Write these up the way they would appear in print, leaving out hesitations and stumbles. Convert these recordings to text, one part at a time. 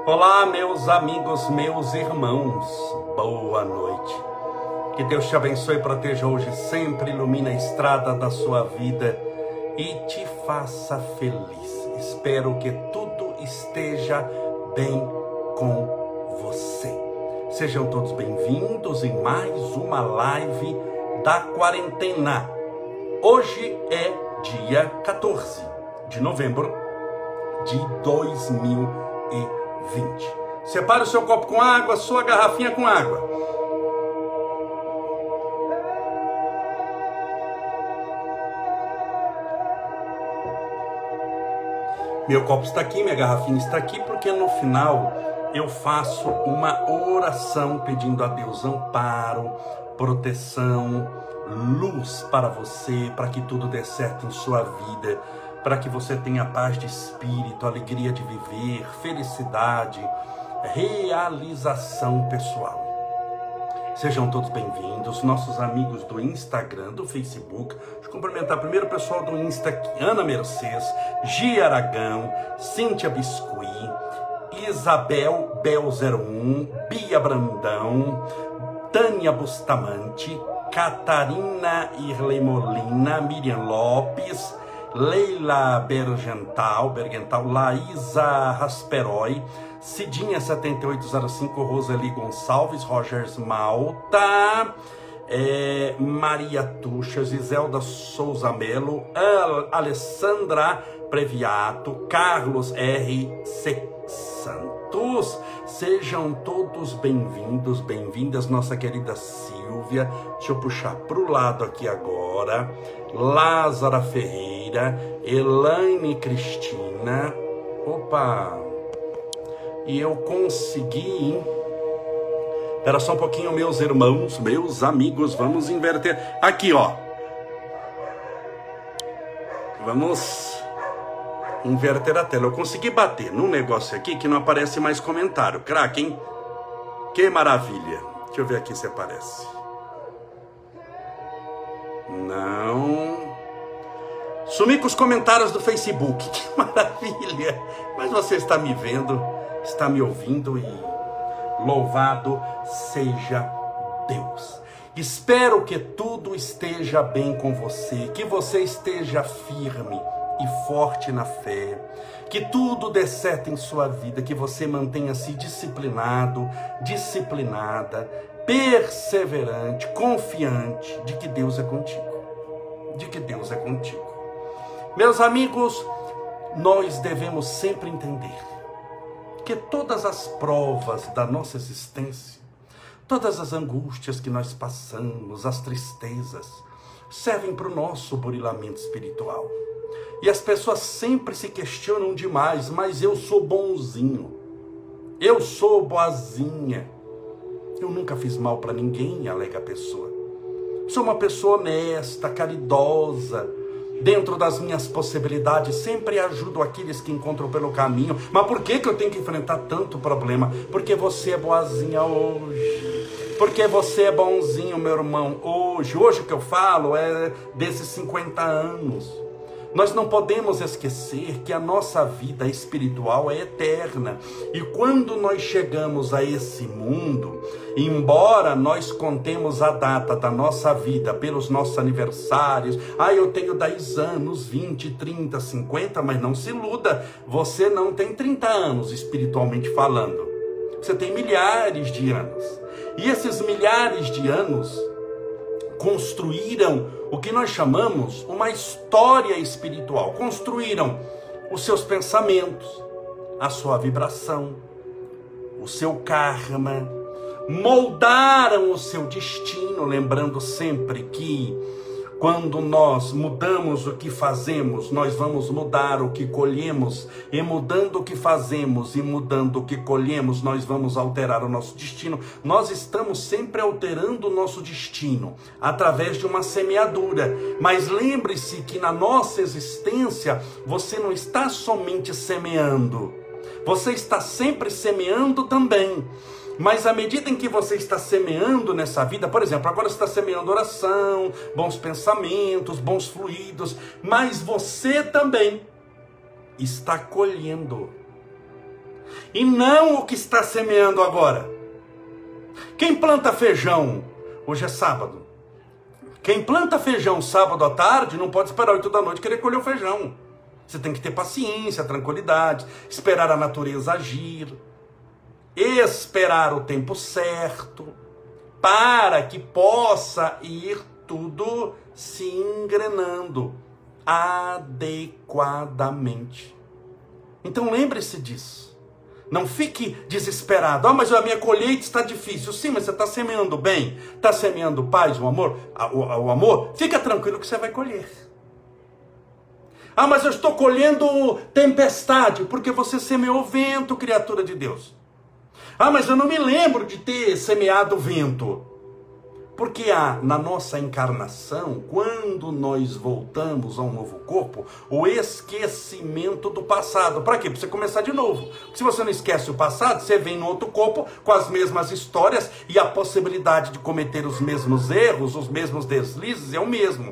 Olá, meus amigos, meus irmãos, boa noite. Que Deus te abençoe e proteja hoje sempre, ilumine a estrada da sua vida e te faça feliz. Espero que tudo esteja bem com você. Sejam todos bem-vindos em mais uma live da quarentena. Hoje é dia 14 de novembro de 2020. Separe o seu copo com água, sua garrafinha com água. Meu copo está aqui, minha garrafinha está aqui, porque no final eu faço uma oração pedindo a Deus amparo, proteção, luz para você, para que tudo dê certo em sua vida, para que você tenha paz de espírito, alegria de viver, felicidade, realização pessoal. Sejam todos bem-vindos, nossos amigos do Instagram, do Facebook. Deixa eu cumprimentar primeiro o pessoal do Insta, Ana Mercedes, Gia Aragão, Cíntia Biscuit, Isabel Bel01, Bia Brandão, Tânia Bustamante, Catarina Irley Molina, Miriam Lopes, Leila Bergental, Laísa Rasperói, Cidinha 7805, Roseli Gonçalves, Rogers Malta, Maria Tuxa, Giselda Souza Melo, Alessandra Previato, Carlos R.C. Santos. Sejam todos bem-vindos, bem-vindas, nossa querida Silvia. Deixa eu puxar para o lado aqui agora. Lázara Ferreira, Elaine Cristina. Opa! E eu consegui, hein? Espera só um pouquinho, meus irmãos, meus amigos, vamos inverter. Aqui, ó. Vamos inverter a tela. Eu consegui bater num negócio aqui que não aparece mais comentário. Craque, hein? Que maravilha. Deixa eu ver aqui se aparece. Não. Sumi com os comentários do Facebook. Que maravilha. Mas você está me vendo, está me ouvindo e louvado seja Deus. Espero que tudo esteja bem com você, que você esteja firme e forte na fé, que tudo dê certo em sua vida, que você mantenha-se disciplinado, disciplinada, perseverante, confiante de que Deus é contigo, de que Deus é contigo. Meus amigos, nós devemos sempre entender que todas as provas da nossa existência, todas as angústias que nós passamos, as tristezas, servem para o nosso burilamento espiritual. E as pessoas sempre se questionam demais, mas eu sou bonzinho, eu sou boazinha, eu nunca fiz mal para ninguém, alega a pessoa. Sou uma pessoa honesta, caridosa, dentro das minhas possibilidades, sempre ajudo aqueles que encontram pelo caminho. Mas por que eu tenho que enfrentar tanto problema? Porque você é boazinha hoje, porque você é bonzinho, meu irmão, hoje o que eu falo é desses 50 anos. Nós não podemos esquecer que a nossa vida espiritual é eterna. E quando nós chegamos a esse mundo, embora nós contemos a data da nossa vida pelos nossos aniversários, eu tenho 10 anos, 20, 30, 50, mas não se iluda, você não tem 30 anos espiritualmente falando. Você tem milhares de anos. E esses milhares de anos construíram o que nós chamamos uma história espiritual. Construíram os seus pensamentos, a sua vibração, o seu karma, moldaram o seu destino, lembrando sempre que quando nós mudamos o que fazemos, nós vamos mudar o que colhemos, e mudando o que fazemos e mudando o que colhemos, nós vamos alterar o nosso destino. Nós estamos sempre alterando o nosso destino através de uma semeadura. Mas lembre-se que na nossa existência, você não está somente semeando, você está sempre semeando também. Mas à medida em que você está semeando nessa vida, por exemplo, agora você está semeando oração, bons pensamentos, bons fluidos, mas você também está colhendo. E não o que está semeando agora. Quem planta feijão, hoje é sábado. Quem planta feijão sábado à tarde não pode esperar 8 da noite querer colher o feijão. Você tem que ter paciência, tranquilidade, esperar a natureza agir, esperar o tempo certo, para que possa ir tudo se engrenando adequadamente. Então lembre-se disso. Não fique desesperado. Ah, mas a minha colheita está difícil. Sim, mas você está semeando bem? Está semeando paz, o amor? O amor? Fica tranquilo que você vai colher. Ah, mas eu estou colhendo tempestade, porque você semeou vento, criatura de Deus. Ah, mas eu não me lembro de ter semeado vento. Porque na nossa encarnação, quando nós voltamos a um novo corpo, o esquecimento do passado. Para quê? Para você começar de novo. Porque se você não esquece o passado, você vem no outro corpo com as mesmas histórias e a possibilidade de cometer os mesmos erros, os mesmos deslizes é o mesmo.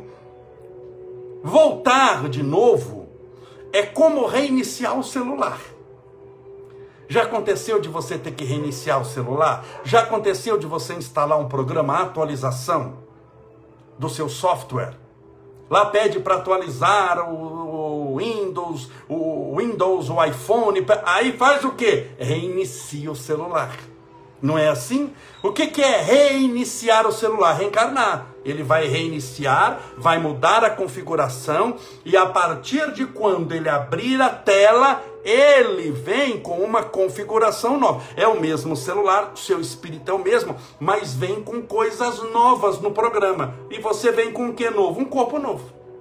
Voltar de novo é como reiniciar o celular. Já aconteceu de você ter que reiniciar o celular? Já aconteceu de você instalar um programa, atualização do seu software? Lá pede para atualizar o Windows, o iPhone. Aí faz o quê? Reinicia o celular. Não é assim? O que é reiniciar o celular? Reencarnar. Ele vai reiniciar, vai mudar a configuração e a partir de quando ele abrir a tela, ele vem com uma configuração nova. É o mesmo celular, o seu espírito é o mesmo, mas vem com coisas novas no programa. E você vem com o que novo? Um corpo novo.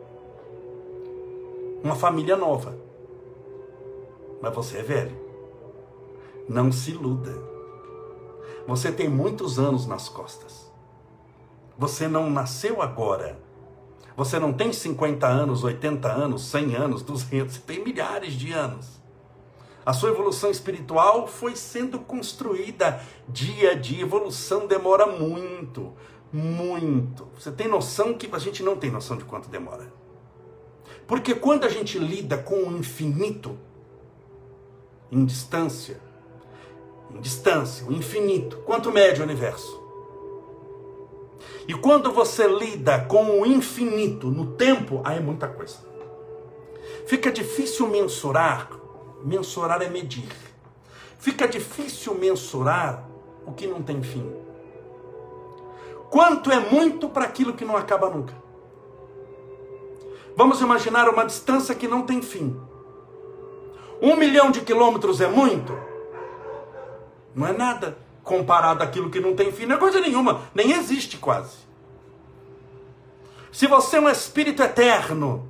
Uma família nova. Mas você é velho. Não se iluda. Você tem muitos anos nas costas. Você não nasceu agora. Você não tem 50 anos, 80 anos, 100 anos, 200. Você tem milhares de anos. A sua evolução espiritual foi sendo construída dia a dia. Evolução demora muito, muito. Você tem noção que a gente não tem noção de quanto demora. Porque quando a gente lida com o infinito, em distância, o infinito, quanto mede o universo? E quando você lida com o infinito no tempo, aí é muita coisa. Fica difícil mensurar é medir. Fica difícil mensurar o que não tem fim. Quanto é muito para aquilo que não acaba nunca? Vamos imaginar uma distância que não tem fim. 1 milhão de quilômetros é muito? Não é nada comparado àquilo que não tem fim, não é coisa nenhuma, nem existe quase. Se você é um espírito eterno,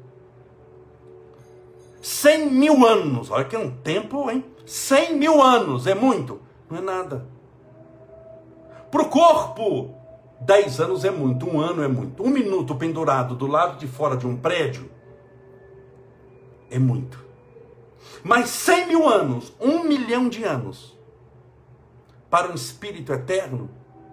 100 mil anos, olha que é um tempo, hein? 100 mil anos é muito? Não é nada. Para o corpo, 10 anos é muito, 1 ano é muito. 1 minuto pendurado do lado de fora de um prédio é muito. Mas 100 mil anos, 1 milhão de anos, para um espírito eterno,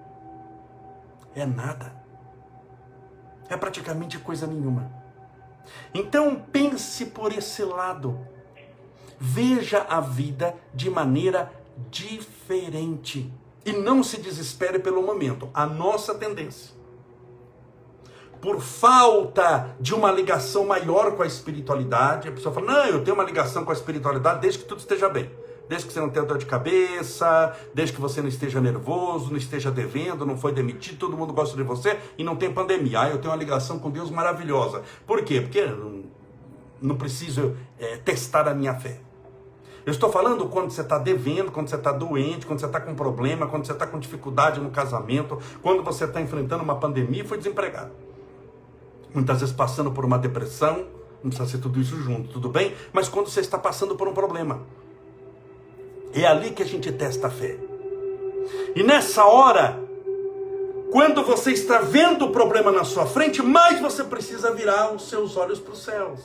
é nada. É praticamente coisa nenhuma. Então pense por esse lado. Veja a vida de maneira diferente. E não se desespere pelo momento. A nossa tendência, por falta de uma ligação maior com a espiritualidade, a pessoa fala, não, eu tenho uma ligação com a espiritualidade desde que tudo esteja bem. Desde que você não tenha dor de cabeça, desde que você não esteja nervoso, não esteja devendo, não foi demitido, todo mundo gosta de você e não tem pandemia. Ah, eu tenho uma ligação com Deus maravilhosa. Por quê? Porque eu não preciso testar a minha fé. Eu estou falando quando você está devendo, quando você está doente, quando você está com problema, quando você está com dificuldade no casamento, quando você está enfrentando uma pandemia e foi desempregado. Muitas vezes passando por uma depressão, não precisa ser tudo isso junto, tudo bem? Mas quando você está passando por um problema, é ali que a gente testa a fé. E nessa hora, quando você está vendo o problema na sua frente, mais você precisa virar os seus olhos para os céus.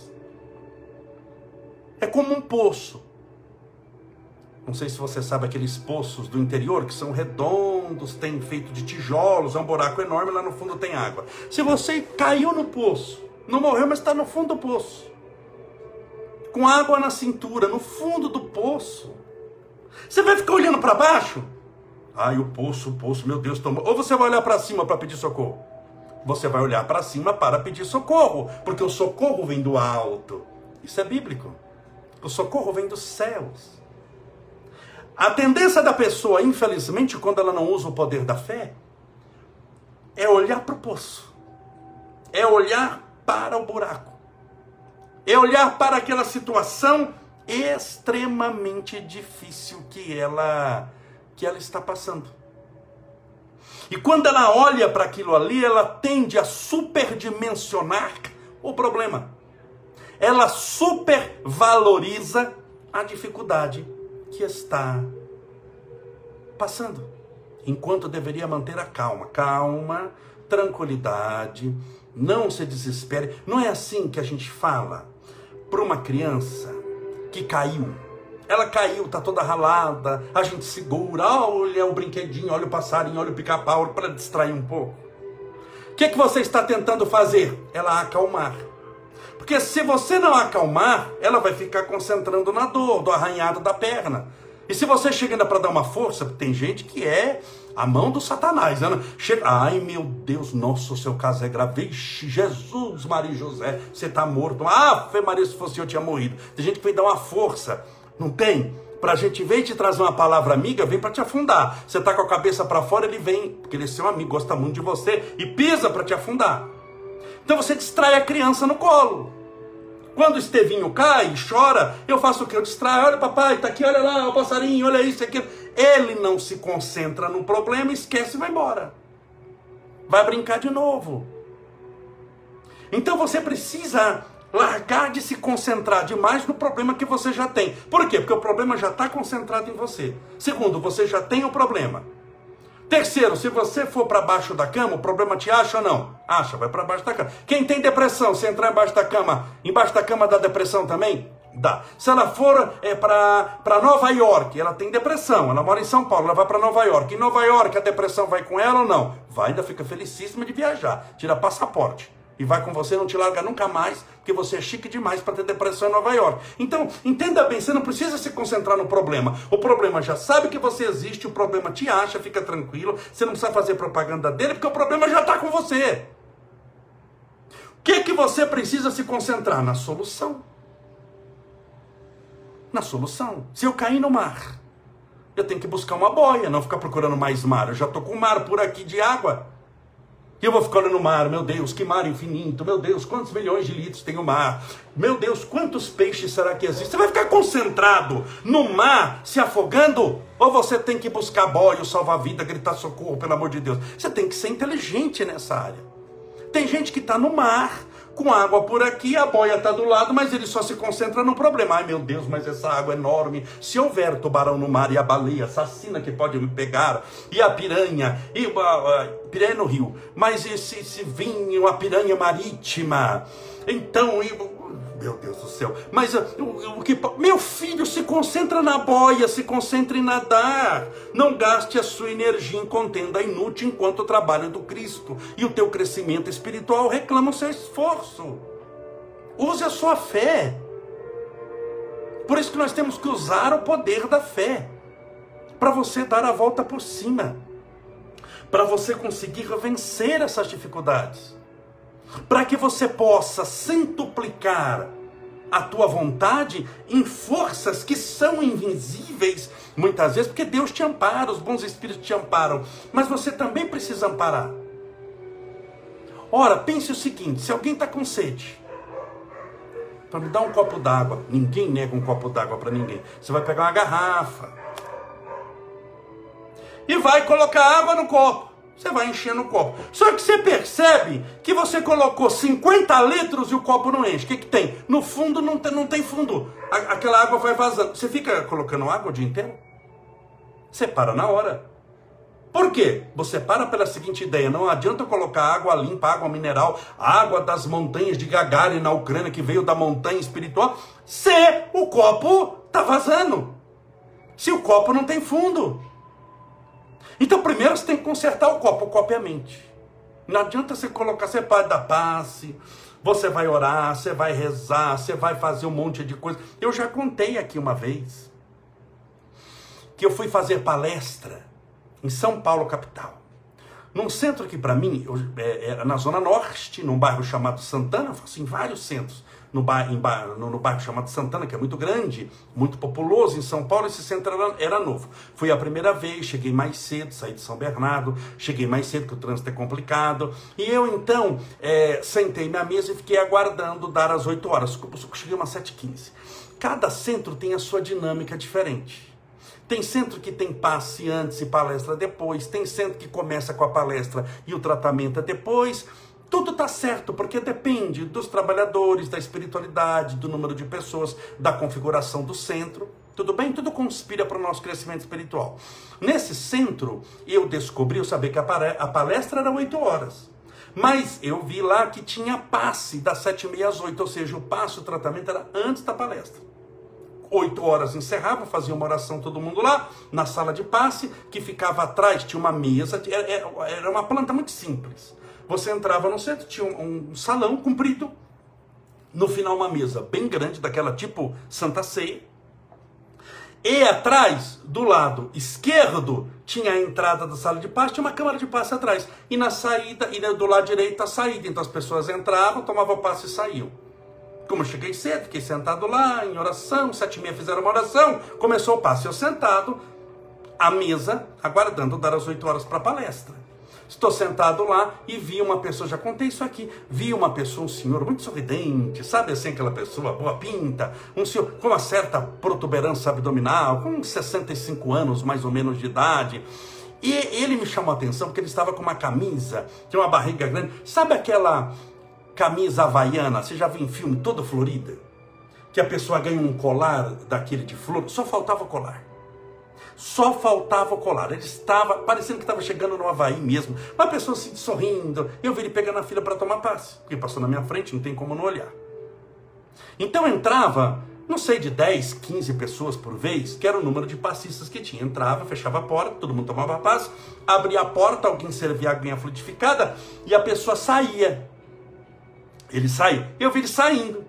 É como um poço. Não sei se você sabe aqueles poços do interior que são redondos, tem feito de tijolos, é um buraco enorme, lá no fundo tem água. Se você caiu no poço, não morreu, mas está no fundo do poço, com água na cintura, no fundo do poço, Você vai ficar olhando para baixo? Ai, o poço, meu Deus, tomou. Ou você vai olhar para cima para pedir socorro? Você vai olhar para cima para pedir socorro, porque o socorro vem do alto. Isso é bíblico. O socorro vem dos céus. A tendência da pessoa, infelizmente, quando ela não usa o poder da fé, é olhar para o poço. É olhar para o buraco. É olhar para aquela situação extremamente difícil que ela está passando. E quando ela olha para aquilo ali, ela tende a superdimensionar o problema. Ela supervaloriza a dificuldade que está passando. Enquanto deveria manter a calma. Calma, tranquilidade, não se desespere. Não é assim que a gente fala para uma criança que caiu. Ela caiu, está toda ralada, a gente segura, olha o brinquedinho, olha o passarinho, olha o pica-pau, para distrair um pouco. O que você está tentando fazer? Ela acalmar. Porque se você não acalmar, ela vai ficar concentrando na dor, do arranhado da perna. E se você chega ainda para dar uma força, tem gente que é a mão do Satanás. Né? Chega, ai meu Deus, nossa, o seu caso é grave. Vixe, Jesus, Maria e José, você está morto. Ah, Fê Maria, se fosse eu tinha morrido. Tem gente que vem dar uma força. Não tem? Pra gente, vem te trazer uma palavra amiga, vem para te afundar. Você tá com a cabeça para fora, ele vem, porque ele é seu amigo, gosta muito de você, e pisa para te afundar. Então você distrai a criança no colo. Quando o Estevinho cai e chora, eu faço o quê? Eu distraio, olha papai, tá aqui, olha lá, o passarinho, olha isso, aquilo. Ele não se concentra no problema, esquece e vai embora. Vai brincar de novo. Então você precisa largar de se concentrar demais no problema que você já tem. Por quê? Porque o problema já está concentrado em você. Segundo, você já tem o problema. Terceiro, se você for para baixo da cama, o problema te acha ou não? Acha, vai para baixo da cama. Quem tem depressão, se entrar embaixo da cama dá depressão também? Dá. Se ela for para Nova York, ela tem depressão, ela mora em São Paulo, ela vai para Nova York. Em Nova York a depressão vai com ela ou não? Vai, ainda fica felicíssima de viajar. Tira passaporte. E vai com você, não te larga nunca mais, porque você é chique demais para ter depressão em Nova York. Então, entenda bem, você não precisa se concentrar no problema. O problema já sabe que você existe, o problema te acha, fica tranquilo. Você não precisa fazer propaganda dele, porque o problema já está com você. O que você precisa se concentrar? Na solução. Na solução. Se eu cair no mar, eu tenho que buscar uma boia, não ficar procurando mais mar. Eu já estou com mar por aqui de água. E eu vou ficar olhando no mar, meu Deus, que mar infinito, meu Deus, quantos milhões de litros tem o mar, meu Deus, quantos peixes será que existem? Você vai ficar concentrado no mar, se afogando? Ou você tem que buscar boia, salvar-vida, gritar socorro, pelo amor de Deus? Você tem que ser inteligente nessa área. Tem gente que está no mar, com água por aqui, a boia está do lado, mas ele só se concentra no problema. Ai meu Deus, mas essa água é enorme. Se houver tubarão no mar e a baleia assassina que pode me pegar, e a piranha, piranha no rio, mas esse vinho, a piranha marítima, então, meu Deus do céu, mas meu filho, se concentra na boia, se concentre em nadar, não gaste a sua energia em contenda inútil enquanto o trabalho do Cristo e o teu crescimento espiritual reclamam o seu esforço. Use a sua fé. Por isso que nós temos que usar o poder da fé, para você dar a volta por cima, para você conseguir vencer essas dificuldades, para que você possa centuplicar a tua vontade em forças que são invisíveis, muitas vezes, porque Deus te ampara, os bons espíritos te amparam, mas você também precisa amparar. Ora, pense o seguinte, se alguém está com sede, para me dar um copo d'água, ninguém nega um copo d'água para ninguém, você vai pegar uma garrafa, e vai colocar água no copo. Você vai enchendo o copo. Só que você percebe que você colocou 50 litros e o copo não enche. O que tem? No fundo não tem fundo. Aquela água vai vazando. Você fica colocando água o dia inteiro? Você para na hora. Por quê? Você para pela seguinte ideia. Não adianta colocar água limpa, água mineral, água das montanhas de Gagarin na Ucrânia, que veio da montanha espiritual, se o copo está vazando. Se o copo não tem fundo. Então primeiro você tem que consertar o copo é a mente. Não adianta você colocar, você pode dar passe, você vai orar, você vai rezar, você vai fazer um monte de coisa. Eu já contei aqui uma vez que eu fui fazer palestra em São Paulo, capital. Num centro que para mim, era na Zona Norte, num bairro chamado Santana, eu faço em vários centros. No bairro chamado Santana, que é muito grande, muito populoso em São Paulo, esse centro era novo. Fui a primeira vez, cheguei mais cedo, saí de São Bernardo, cheguei mais cedo, porque o trânsito é complicado. E eu então sentei minha mesa e fiquei aguardando dar as 8 horas. Cheguei umas 7h15. Cada centro tem a sua dinâmica diferente. Tem centro que tem passe antes e palestra depois, tem centro que começa com a palestra e o tratamento é depois. Tudo está certo, porque depende dos trabalhadores, da espiritualidade, do número de pessoas, da configuração do centro. Tudo bem? Tudo conspira para o nosso crescimento espiritual. Nesse centro, eu sabia que a palestra era 8 horas. Mas eu vi lá que tinha passe das 7h30 às 8, ou seja, o passe, o tratamento era antes da palestra. 8 horas encerrava, fazia uma oração todo mundo lá, na sala de passe, que ficava atrás, tinha uma mesa, era uma planta muito simples. Você entrava no centro, tinha um salão comprido, no final uma mesa bem grande, daquela tipo Santa Ceia, e atrás, do lado esquerdo, tinha a entrada da sala de passe, tinha uma câmara de passe atrás, e na saída, e do lado direito a saída, então as pessoas entravam, tomavam passe e saíam. Como eu cheguei cedo, fiquei sentado lá, em oração, 7h30 fizeram uma oração, começou o passe, eu sentado, à mesa, aguardando dar as 8 horas para a palestra. Estou sentado lá e vi uma pessoa, já contei isso aqui, vi uma pessoa, um senhor muito sorridente, sabe assim, aquela pessoa boa pinta, um senhor com uma certa protuberância abdominal, com 65 anos mais ou menos de idade, e ele me chamou a atenção porque ele estava com uma camisa, tinha uma barriga grande, sabe aquela camisa havaiana, você já viu em filme, toda florida, que a pessoa ganha um colar daquele de flor, só faltava o colar. Só faltava o colar. Ele estava, parecendo que estava chegando no Havaí mesmo. Uma pessoa assim, sorrindo. Eu vi ele pegando a fila para tomar passe. Porque passou na minha frente, não tem como não olhar. Então entrava, não sei, de 10, 15 pessoas por vez, que era o número de passistas que tinha. Entrava, fechava a porta, todo mundo tomava passe, abria a porta, alguém servia a aguinha fluidificada e a pessoa saía. Ele saía. Eu vi ele saindo.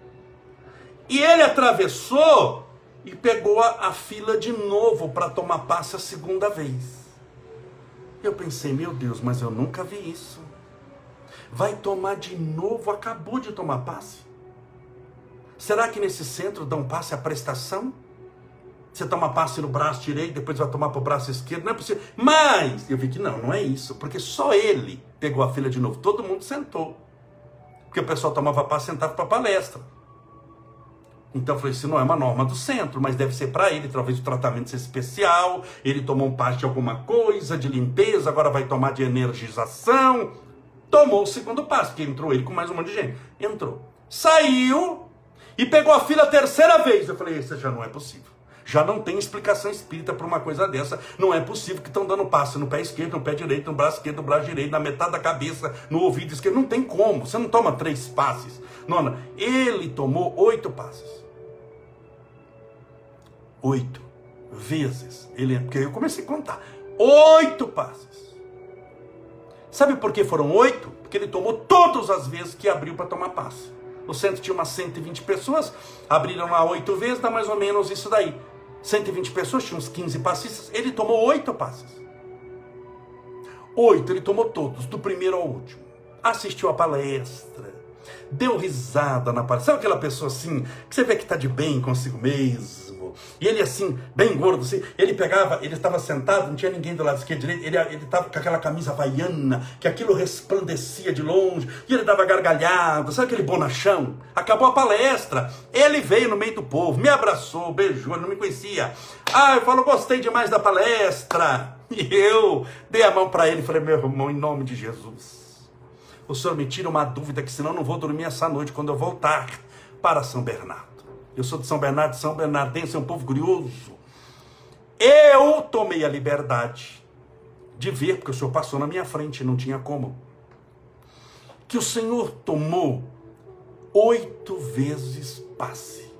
E ele atravessou e pegou a fila de novo para tomar passe a segunda vez. Eu pensei, meu Deus, mas eu nunca vi isso. Vai tomar de novo, acabou de tomar passe. Será que nesse centro dão passe à prestação? Você toma passe no braço direito, depois vai tomar para o braço esquerdo, não é possível. Mas eu vi que não é isso, porque só ele pegou a fila de novo, todo mundo sentou. Porque o pessoal tomava passe e sentava para a palestra. Então eu falei, isso não é uma norma do centro, mas deve ser para ele, talvez o tratamento seja especial, ele tomou um passe de alguma coisa, de limpeza, agora vai tomar de energização. Tomou o segundo passe, porque entrou ele com mais um monte de gente. Entrou. Saiu e pegou a fila a terceira vez. Eu falei, isso já não é possível. Já não tem explicação espírita para uma coisa dessa. Não é possível que estão dando passe no pé esquerdo, no pé direito, no braço esquerdo, no braço direito, na metade da cabeça, no ouvido esquerdo. Não tem como. Você não toma 3 passes. Não. Ele tomou 8 passes. 8 vezes. Porque eu comecei a contar. 8 passes. Sabe por que foram 8? Porque ele tomou todas as vezes que abriu para tomar passe. O centro tinha umas 120 pessoas, abriram lá 8 vezes, dá mais ou menos isso daí. 120 pessoas, tinha uns 15 passistas, ele tomou 8 passes. 8, ele tomou todos, do primeiro ao último. Assistiu a palestra, deu risada na palestra. Sabe aquela pessoa assim, que você vê que está de bem consigo mesmo? E ele assim, bem gordo, assim, ele estava sentado, não tinha ninguém do lado esquerdo direito, ele estava com aquela camisa havaiana, que aquilo resplandecia de longe, e ele dava gargalhada, sabe aquele bonachão? Acabou a palestra, ele veio no meio do povo, me abraçou, beijou, ele não me conhecia. Ele falou, gostei demais da palestra. E eu dei a mão para ele e falei, meu irmão, em nome de Jesus, o senhor me tira uma dúvida, que senão eu não vou dormir essa noite quando eu voltar para São Bernardo. Eu sou de São Bernardo, São Bernardense, é um povo curioso. Eu tomei a liberdade de ver, porque o senhor passou na minha frente, não tinha como, que o senhor tomou 8 vezes passe.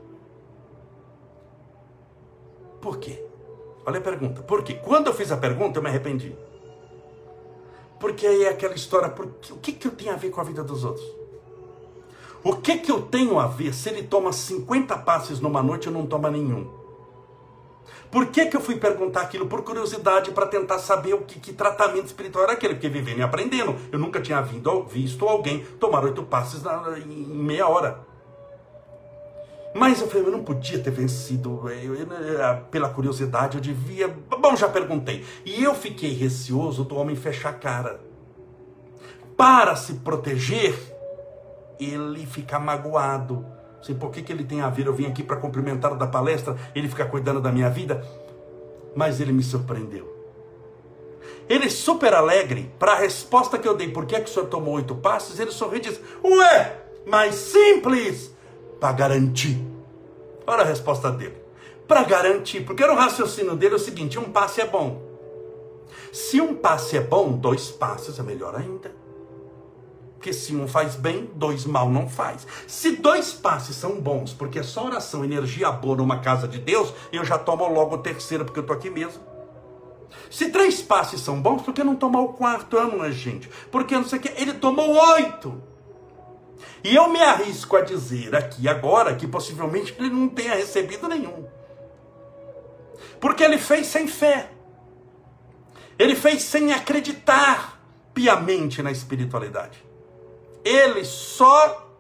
Por quê? Olha a pergunta. Por quê? Quando eu fiz a pergunta, eu me arrependi. Porque aí é aquela história, o que eu tenho a ver com a vida dos outros? O que eu tenho a ver se ele toma 50 passes numa noite e não toma nenhum? Por que eu fui perguntar aquilo? Por curiosidade, para tentar saber o que tratamento espiritual era aquele, porque vivendo e aprendendo. Eu nunca tinha visto alguém tomar 8 passes em meia hora. Mas eu falei, eu não podia ter vencido, pela curiosidade, eu devia... Bom, já perguntei. E eu fiquei receoso do homem fechar a cara. Para se proteger, ele fica magoado. Sei por que ele tem a ver, eu vim aqui para cumprimentar da palestra, ele fica cuidando da minha vida. Mas ele me surpreendeu. Ele super alegre, para a resposta que eu dei, por que o senhor tomou 8 passos, ele sorriu e diz, ué, mais simples, para garantir. Olha a resposta dele. Para garantir, porque no raciocínio dele é o seguinte, um passe é bom. Se um passe é bom, 2 passes é melhor ainda. Porque se um faz bem, 2 mal não faz. Se 2 passes são bons, porque é só oração, energia boa numa casa de Deus, eu já tomo logo o 3º, porque eu estou aqui mesmo. Se 3 passes são bons, por que não tomar o 4º, né, gente? Porque não sei o que, ele tomou 8. E eu me arrisco a dizer aqui agora que possivelmente ele não tenha recebido nenhum. Porque ele fez sem fé. Ele fez sem acreditar piamente na espiritualidade. Ele só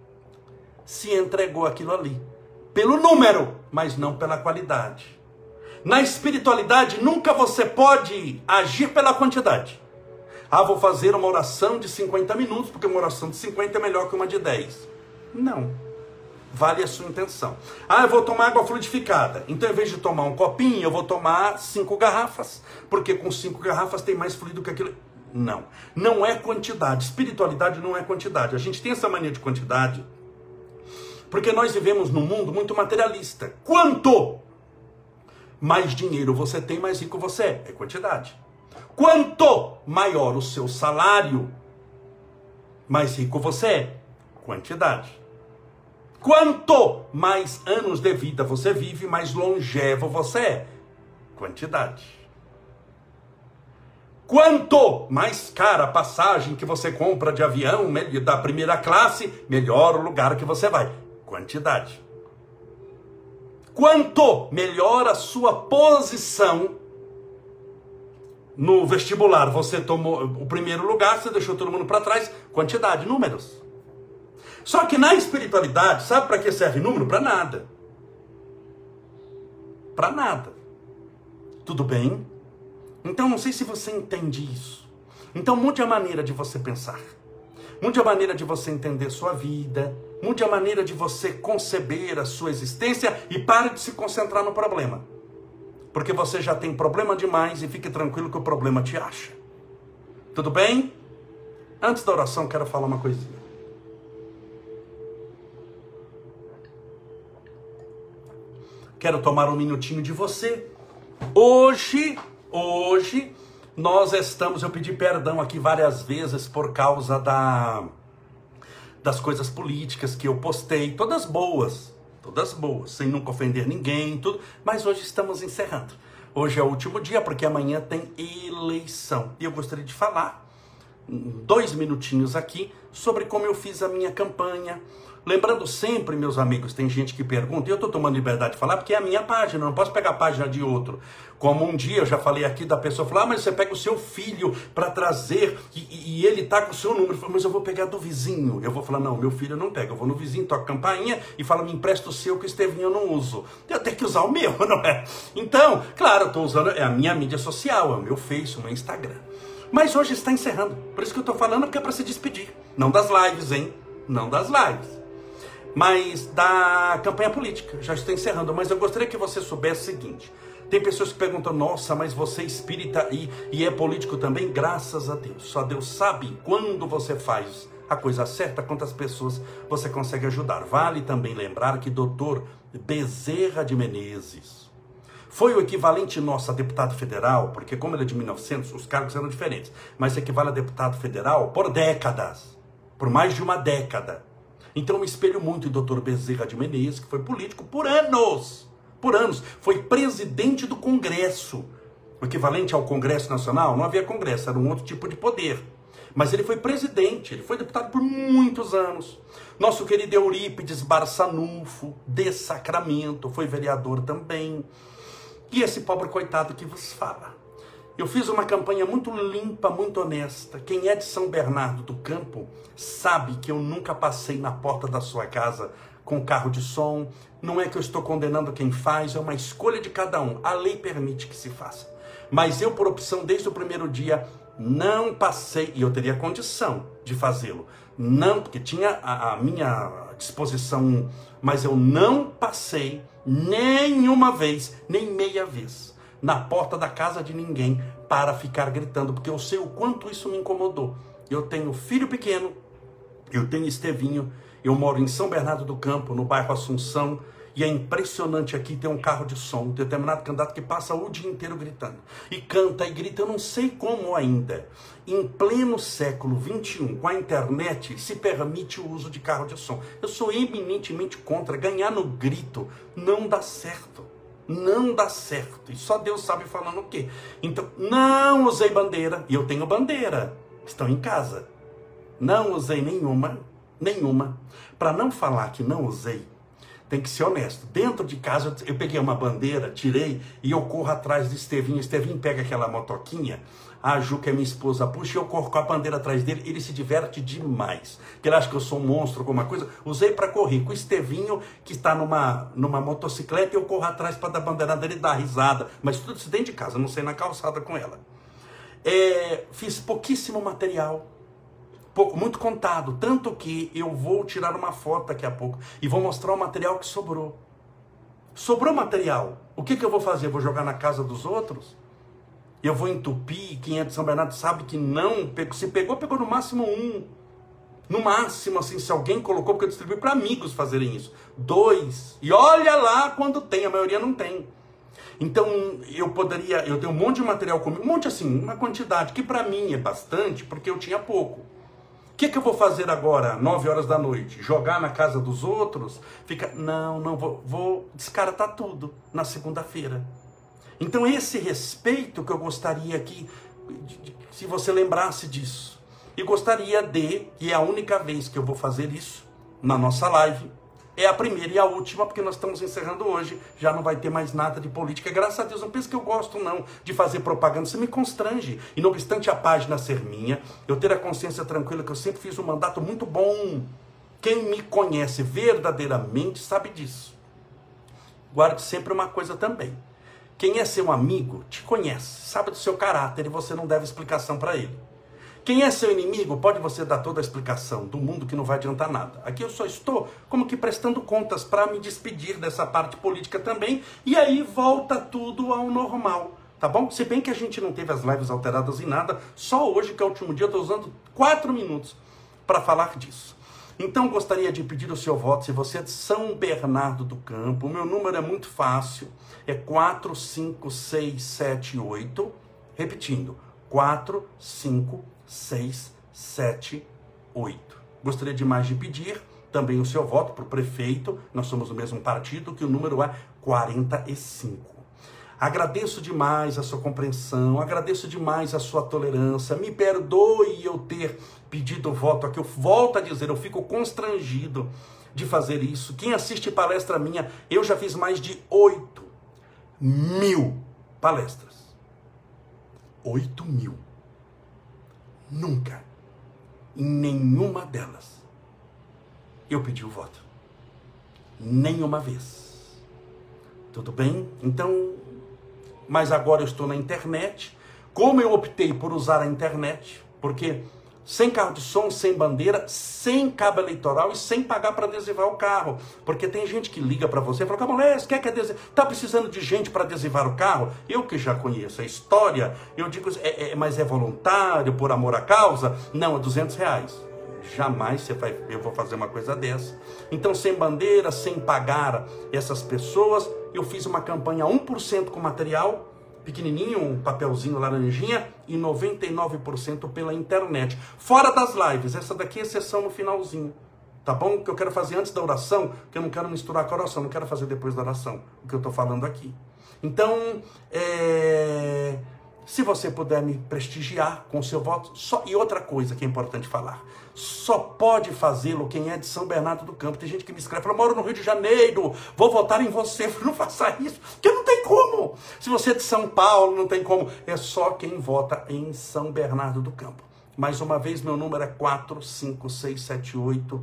se entregou aquilo ali. Pelo número, mas não pela qualidade. Na espiritualidade, nunca você pode agir pela quantidade. Ah, vou fazer uma oração de 50 minutos, porque uma oração de 50 é melhor que uma de 10. Não. Vale a sua intenção. Ah, eu vou tomar água fluidificada. Então, em vez de tomar um copinho, eu vou tomar 5 garrafas. Porque com 5 garrafas tem mais fluido que aquilo. Não. Não é quantidade. Espiritualidade não é quantidade. A gente tem essa mania de quantidade porque nós vivemos num mundo muito materialista. Quanto mais dinheiro você tem, mais rico você é. É quantidade. Quanto maior o seu salário, mais rico você é. Quantidade. Quanto mais anos de vida você vive, mais longevo você é. Quantidade. Quanto mais cara a passagem que você compra de avião, da primeira classe, melhor o lugar que você vai. Quantidade. Quanto melhor a sua posição no vestibular, você tomou o primeiro lugar, você deixou todo mundo para trás, quantidade, números. Só que na espiritualidade, sabe para que serve número? Para nada. Para nada. Tudo bem? Então, não sei se você entende isso. Então, mude a maneira de você pensar. Mude a maneira de você entender sua vida. Mude a maneira de você conceber a sua existência e pare de se concentrar no problema. Porque você já tem problema demais e fique tranquilo que o problema te acha. Tudo bem? Antes da oração, quero falar uma coisinha. Quero tomar um minutinho de você. Hoje, nós estamos... Eu pedi perdão aqui várias vezes por causa das coisas políticas que eu postei. Todas boas, sem nunca ofender ninguém, tudo. Mas hoje estamos encerrando. Hoje é o último dia, porque amanhã tem eleição. E eu gostaria de falar 2 minutinhos aqui sobre como eu fiz a minha campanha. Lembrando sempre, meus amigos, tem gente que pergunta, e eu estou tomando liberdade de falar porque é a minha página, eu não posso pegar a página de outro. Como um dia eu já falei aqui da pessoa, falar, mas você pega o seu filho para trazer, e ele está com o seu número. Eu falo, mas eu vou pegar do vizinho. Eu vou falar, não, meu filho eu não pego. Eu vou no vizinho, toco campainha e falo, me empresta o seu que o Estevinho eu não uso. Eu tenho que usar o meu, não é? Então, claro, eu estou usando, é a minha mídia social, é o meu Face, o meu Instagram. Mas hoje está encerrando. Por isso que eu estou falando, porque é para se despedir. Não das lives, hein? Não das lives. Mas da campanha política. Já estou encerrando, mas eu gostaria que você soubesse o seguinte. Tem pessoas que perguntam, nossa, mas você é espírita e é político também? Graças a Deus. Só Deus sabe quando você faz a coisa certa, quantas pessoas você consegue ajudar. Vale também lembrar que Dr. Bezerra de Menezes foi o equivalente nosso a deputado federal, porque como ele é de 1900, os cargos eram diferentes, mas equivale a deputado federal por décadas, por mais de uma década. Então eu me espelho muito em Dr. Bezerra de Menezes, que foi político por anos. Por anos. Foi presidente do Congresso. O equivalente ao Congresso Nacional, não havia Congresso, era um outro tipo de poder. Mas ele foi presidente, ele foi deputado por muitos anos. Nosso querido Eurípides Barçanufo, de Sacramento, foi vereador também. E esse pobre coitado que vos fala. Eu fiz uma campanha muito limpa, muito honesta. Quem é de São Bernardo do Campo sabe que eu nunca passei na porta da sua casa com carro de som. Não é que eu estou condenando quem faz, é uma escolha de cada um. A lei permite que se faça. Mas eu, por opção, desde o primeiro dia, não passei, e eu teria condição de fazê-lo. Não, porque tinha a minha disposição, mas eu não passei nenhuma vez, nem meia vez, na porta da casa de ninguém para ficar gritando, porque eu sei o quanto isso me incomodou. Eu tenho filho pequeno, eu tenho Estevinho, eu moro em São Bernardo do Campo, no bairro Assunção, e é impressionante aqui ter um carro de som, um determinado candidato que passa o dia inteiro gritando. E canta e grita, eu não sei como ainda. Em pleno século XXI, com a internet, se permite o uso de carro de som. Eu sou eminentemente contra. Ganhar no grito não dá certo. Não dá certo. E só Deus sabe falando o quê. Então, não usei bandeira. E eu tenho bandeira. Estão em casa. Não usei nenhuma. Para não falar que não usei, tem que ser honesto. Dentro de casa, eu peguei uma bandeira, tirei e eu corro atrás de Estevinho. Estevinho pega aquela motoquinha, a Ju, que é minha esposa, puxa e eu corro com a bandeira atrás dele. Ele se diverte demais. Ele acha que eu sou um monstro, alguma coisa. Usei para correr. Com o Estevinho, que está numa motocicleta, eu corro atrás para dar bandeirada, ele dá risada. Mas tudo isso dentro de casa, não sei na calçada com ela. Fiz pouquíssimo material. Muito contado, tanto que eu vou tirar uma foto daqui a pouco e vou mostrar o material que sobrou. Sobrou material. O que eu vou fazer? Vou jogar na casa dos outros? Eu vou entupir? Quem é de São Bernardo sabe que não. Se pegou no máximo um. No máximo, assim, se alguém colocou, porque eu distribuí para amigos fazerem isso. 2. E olha lá quando tem, a maioria não tem. Então, eu tenho um monte de material comigo, um monte assim, uma quantidade, que para mim é bastante, porque eu tinha pouco. O que eu vou fazer agora, 9 horas da noite? Jogar na casa dos outros? Não vou descartar tudo na segunda-feira. Então esse respeito que eu gostaria que, se você lembrasse disso. E gostaria e é a única vez que eu vou fazer isso na nossa live, é a primeira e a última, porque nós estamos encerrando hoje, já não vai ter mais nada de política. Graças a Deus, não pense que eu gosto não de fazer propaganda, isso me constrange. E não obstante a página ser minha, eu ter a consciência tranquila que eu sempre fiz um mandato muito bom. Quem me conhece verdadeiramente sabe disso. Guarde sempre uma coisa também. Quem é seu amigo, te conhece, sabe do seu caráter e você não deve explicação para ele. Quem é seu inimigo, pode você dar toda a explicação do mundo que não vai adiantar nada. Aqui eu só estou como que prestando contas para me despedir dessa parte política também. E aí volta tudo ao normal, tá bom? Se bem que a gente não teve as lives alteradas em nada, só hoje que é o último dia eu estou usando 4 minutos para falar disso. Então gostaria de pedir o seu voto, se você é de São Bernardo do Campo, o meu número é muito fácil, é 45678, repetindo, 45678. Gostaria demais de pedir também o seu voto para o prefeito, nós somos do mesmo partido, que o número é 45. Agradeço demais a sua compreensão, agradeço demais a sua tolerância, me perdoe eu ter pedido o voto aqui, eu volto a dizer, eu fico constrangido de fazer isso. Quem assiste palestra minha, eu já fiz mais de 8.000 palestras. 8.000. Nunca, em nenhuma delas, eu pedi o voto. Nenhuma vez. Tudo bem? Então, mas agora eu estou na internet. Como eu optei por usar a internet, porque sem carro de som, sem bandeira, sem cabo eleitoral e sem pagar para adesivar o carro. Porque tem gente que liga para você e fala, Camolés, quer que adesive? Está precisando de gente para adesivar o carro? Eu que já conheço a história, eu digo, mas é voluntário, por amor à causa? Não, é R$200. Jamais eu vou fazer uma coisa dessa. Então, sem bandeira, sem pagar essas pessoas, eu fiz uma campanha 1% com material pequenininho, um papelzinho laranjinha, e 99% pela internet. Fora das lives, essa daqui é exceção no finalzinho, tá bom? O que eu quero fazer antes da oração, que eu não quero misturar com a oração, não quero fazer depois da oração, o que eu estou falando aqui. Então, Se você puder me prestigiar com o seu voto, e outra coisa que é importante falar, só pode fazê-lo quem é de São Bernardo do Campo. Tem gente que me escreve, fala, moro no Rio de Janeiro, vou votar em você. Eu falo, não faça isso, porque não tem como. Se você é de São Paulo, não tem como. É só quem vota em São Bernardo do Campo. Mais uma vez, meu número é 45678,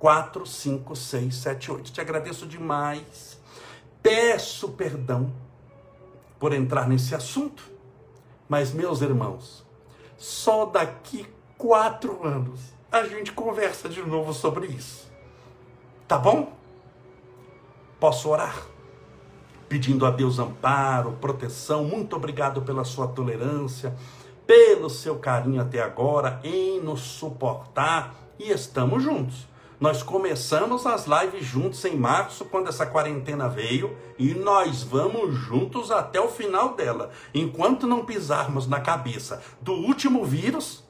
45678. Te agradeço demais. Peço perdão por entrar nesse assunto. Mas, meus irmãos, só daqui 4 anos a gente conversa de novo sobre isso. Tá bom? Posso orar? Pedindo a Deus amparo, proteção. Muito obrigado pela sua tolerância, pelo seu carinho até agora, em nos suportar. E estamos juntos. Nós começamos as lives juntos em março, quando essa quarentena veio, e nós vamos juntos até o final dela. Enquanto não pisarmos na cabeça do último vírus,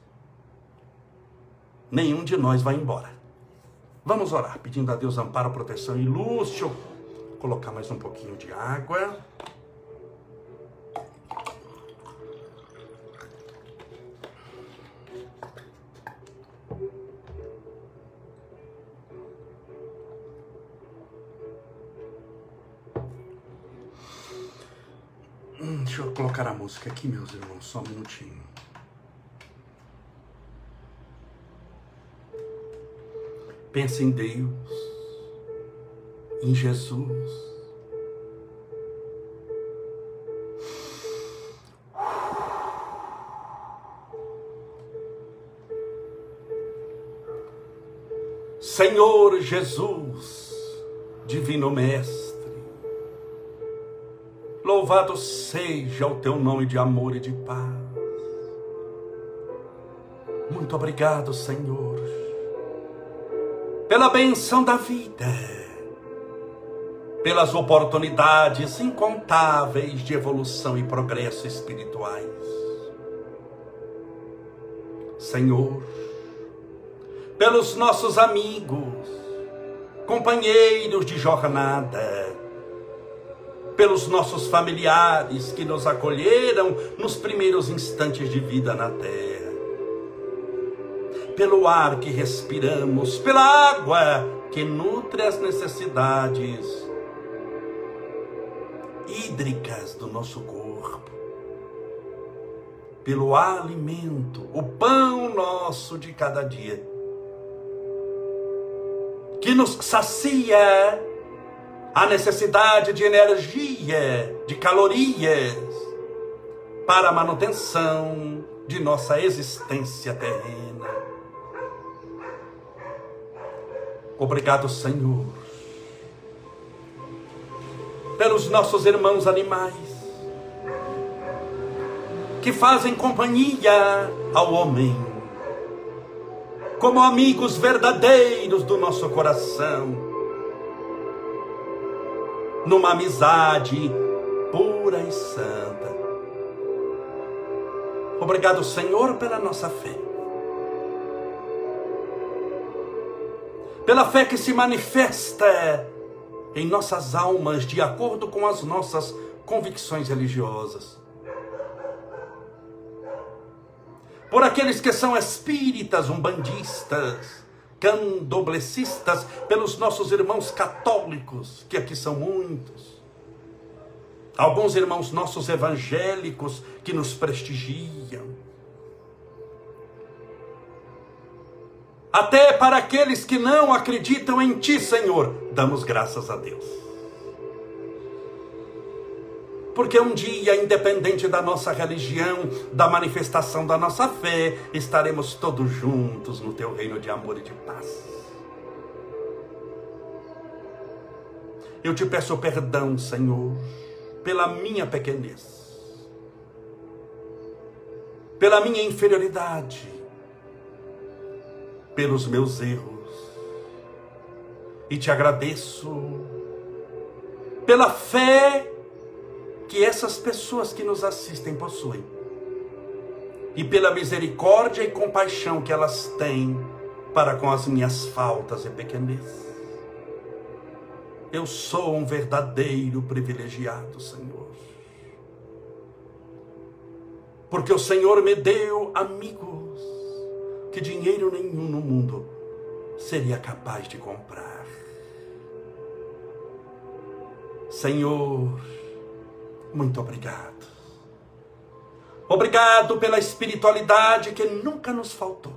nenhum de nós vai embora. Vamos orar, pedindo a Deus amparo, proteção e luz. Deixa eu colocar mais um pouquinho de água. Deixa eu colocar a música aqui, meus irmãos, só um minutinho. Pense em Deus, em Jesus. Senhor Jesus, Divino Mestre, louvado seja o teu nome de amor e de paz. Muito obrigado, Senhor, pela bênção da vida, pelas oportunidades incontáveis de evolução e progresso espirituais. Senhor, pelos nossos amigos, companheiros de jornada, pelos nossos familiares que nos acolheram nos primeiros instantes de vida na terra, pelo ar que respiramos, pela água que nutre as necessidades hídricas do nosso corpo, pelo alimento, o pão nosso de cada dia, que nos sacia a necessidade de energia, de calorias, para a manutenção de nossa existência terrena. Obrigado, Senhor, pelos nossos irmãos animais, que fazem companhia ao homem, como amigos verdadeiros do nosso coração, numa amizade pura e santa. Obrigado, Senhor, pela nossa fé, pela fé que se manifesta em nossas almas de acordo com as nossas convicções religiosas, por aqueles que são espíritas, umbandistas, candoblecistas, pelos nossos irmãos católicos, que aqui são muitos, alguns irmãos nossos evangélicos que nos prestigiam, até para aqueles que não acreditam em Ti, Senhor, damos graças a Deus. Porque um dia, independente da nossa religião, da manifestação da nossa fé, estaremos todos juntos no Teu reino de amor e de paz. Eu Te peço perdão, Senhor, pela minha pequenez, pela minha inferioridade, pelos meus erros, e Te agradeço pela fé que essas pessoas que nos assistem possuem, e pela misericórdia e compaixão que elas têm para com as minhas faltas e pequenez. Eu sou um verdadeiro privilegiado, Senhor. porque o Senhor me deu amigos que dinheiro nenhum no mundo seria capaz de comprar. Senhor, muito obrigado. Obrigado pela espiritualidade que nunca nos faltou.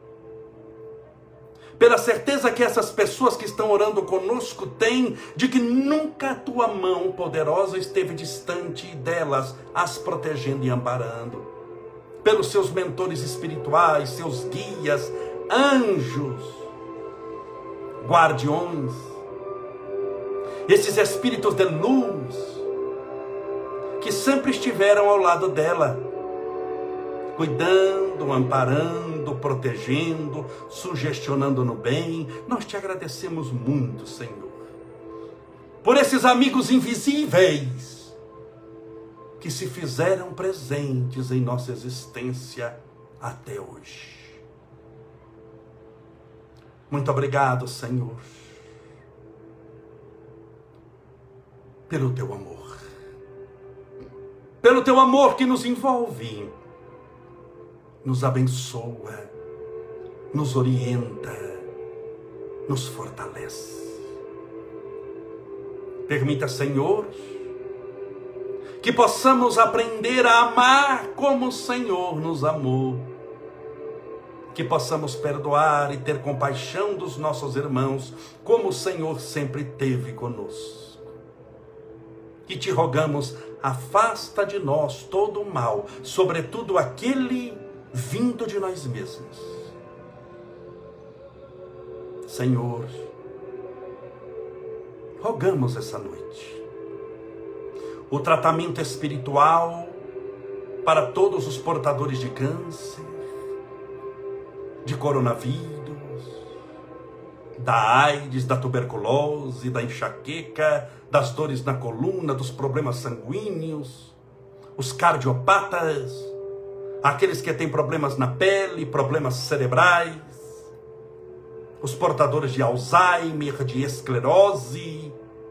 Pela certeza que essas pessoas que estão orando conosco têm de que nunca a tua mão poderosa esteve distante delas, as protegendo e amparando. Pelos seus mentores espirituais, seus guias, anjos, guardiões, esses espíritos de luz que sempre estiveram ao lado dela, cuidando, amparando, protegendo, sugestionando no bem. Nós te agradecemos muito, Senhor, por esses amigos invisíveis que se fizeram presentes em nossa existência até hoje. Muito obrigado, Senhor, pelo teu amor. Pelo teu amor que nos envolve, nos abençoa, nos orienta, nos fortalece. Permita, Senhor, que possamos aprender a amar como o Senhor nos amou. Que possamos perdoar e ter compaixão dos nossos irmãos, como o Senhor sempre teve conosco. E te rogamos, afasta de nós todo o mal, sobretudo aquele vindo de nós mesmos. Senhor, rogamos essa noite o tratamento espiritual para todos os portadores de câncer, de coronavírus, da AIDS, da tuberculose, da enxaqueca, das dores na coluna, dos problemas sanguíneos, os cardiopatas, aqueles que têm problemas na pele, problemas cerebrais, os portadores de Alzheimer, de esclerose,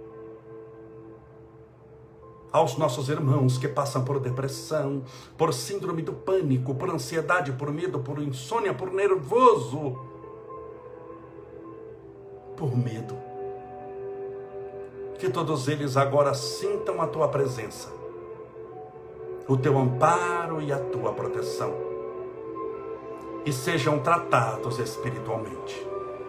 aos nossos irmãos que passam por depressão, por síndrome do pânico, por ansiedade, por medo, por insônia, por nervoso, por medo. Que todos eles agora sintam a tua presença, o teu amparo e a tua proteção, e sejam tratados espiritualmente.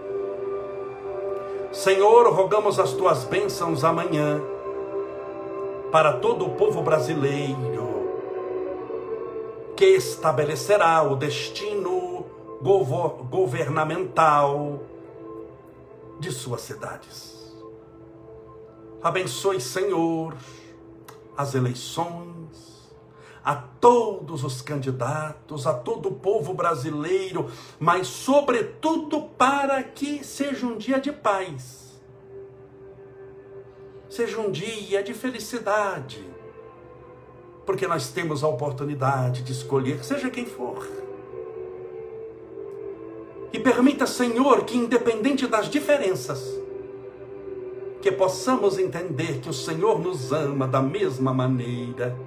Senhor, rogamos as tuas bênçãos amanhã para todo o povo brasileiro, que estabelecerá o destino governamental de suas cidades. Abençoe, Senhor, as eleições, a todos os candidatos, a todo o povo brasileiro, mas sobretudo para que seja um dia de paz, seja um dia de felicidade, porque nós temos a oportunidade de escolher, seja quem for. E permita, Senhor, que independente das diferenças, que possamos entender que o Senhor nos ama da mesma maneira.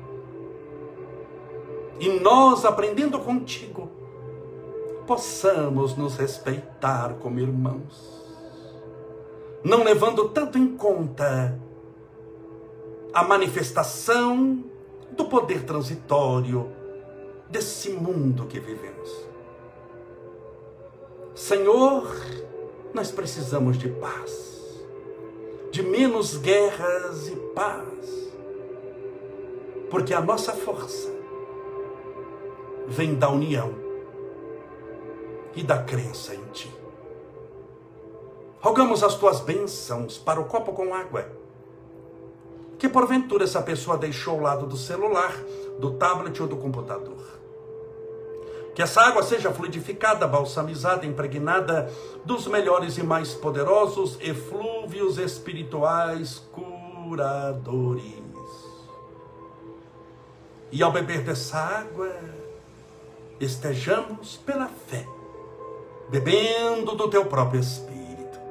E nós, aprendendo contigo, possamos nos respeitar como irmãos, não levando tanto em conta a manifestação do poder transitório desse mundo que vivemos. Senhor, nós precisamos de paz, de menos guerras e paz, porque a nossa força vem da união e da crença em Ti. Rogamos as Tuas bênçãos para o copo com água, que porventura essa pessoa deixou ao lado do celular, do tablet ou do computador. Que essa água seja fluidificada, balsamizada, impregnada dos melhores e mais poderosos eflúvios espirituais curadores. E ao beber dessa água, estejamos pela fé, bebendo do Teu próprio Espírito.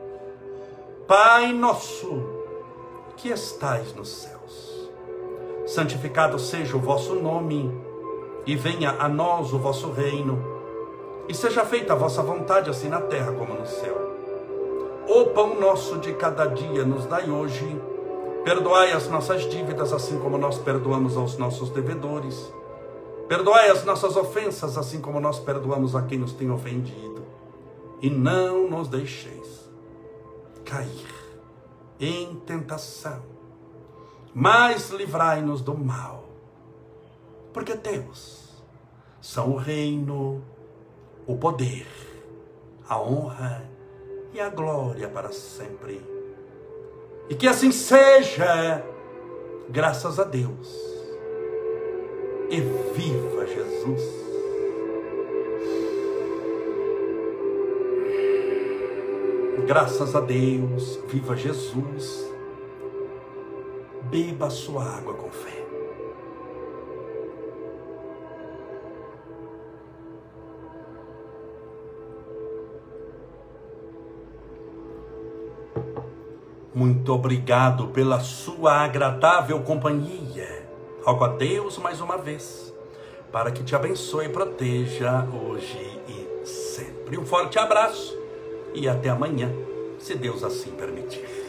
Pai nosso, que estais nos céus, santificado seja o vosso nome, e venha a nós o vosso reino, e seja feita a vossa vontade, assim na terra como no céu. O pão nosso de cada dia nos dai hoje, perdoai as nossas dívidas, assim como nós perdoamos aos nossos devedores. Perdoai as nossas ofensas, assim como nós perdoamos a quem nos tem ofendido. E não nos deixeis cair em tentação, mas livrai-nos do mal. Porque teus são o reino, o poder, a honra e a glória para sempre. E que assim seja, graças a Deus. E viva Jesus! Graças a Deus, viva Jesus! Beba sua água com fé. Muito obrigado pela sua agradável companhia. Rogo a Deus mais uma vez, para que te abençoe e proteja hoje e sempre. Um forte abraço e até amanhã, se Deus assim permitir.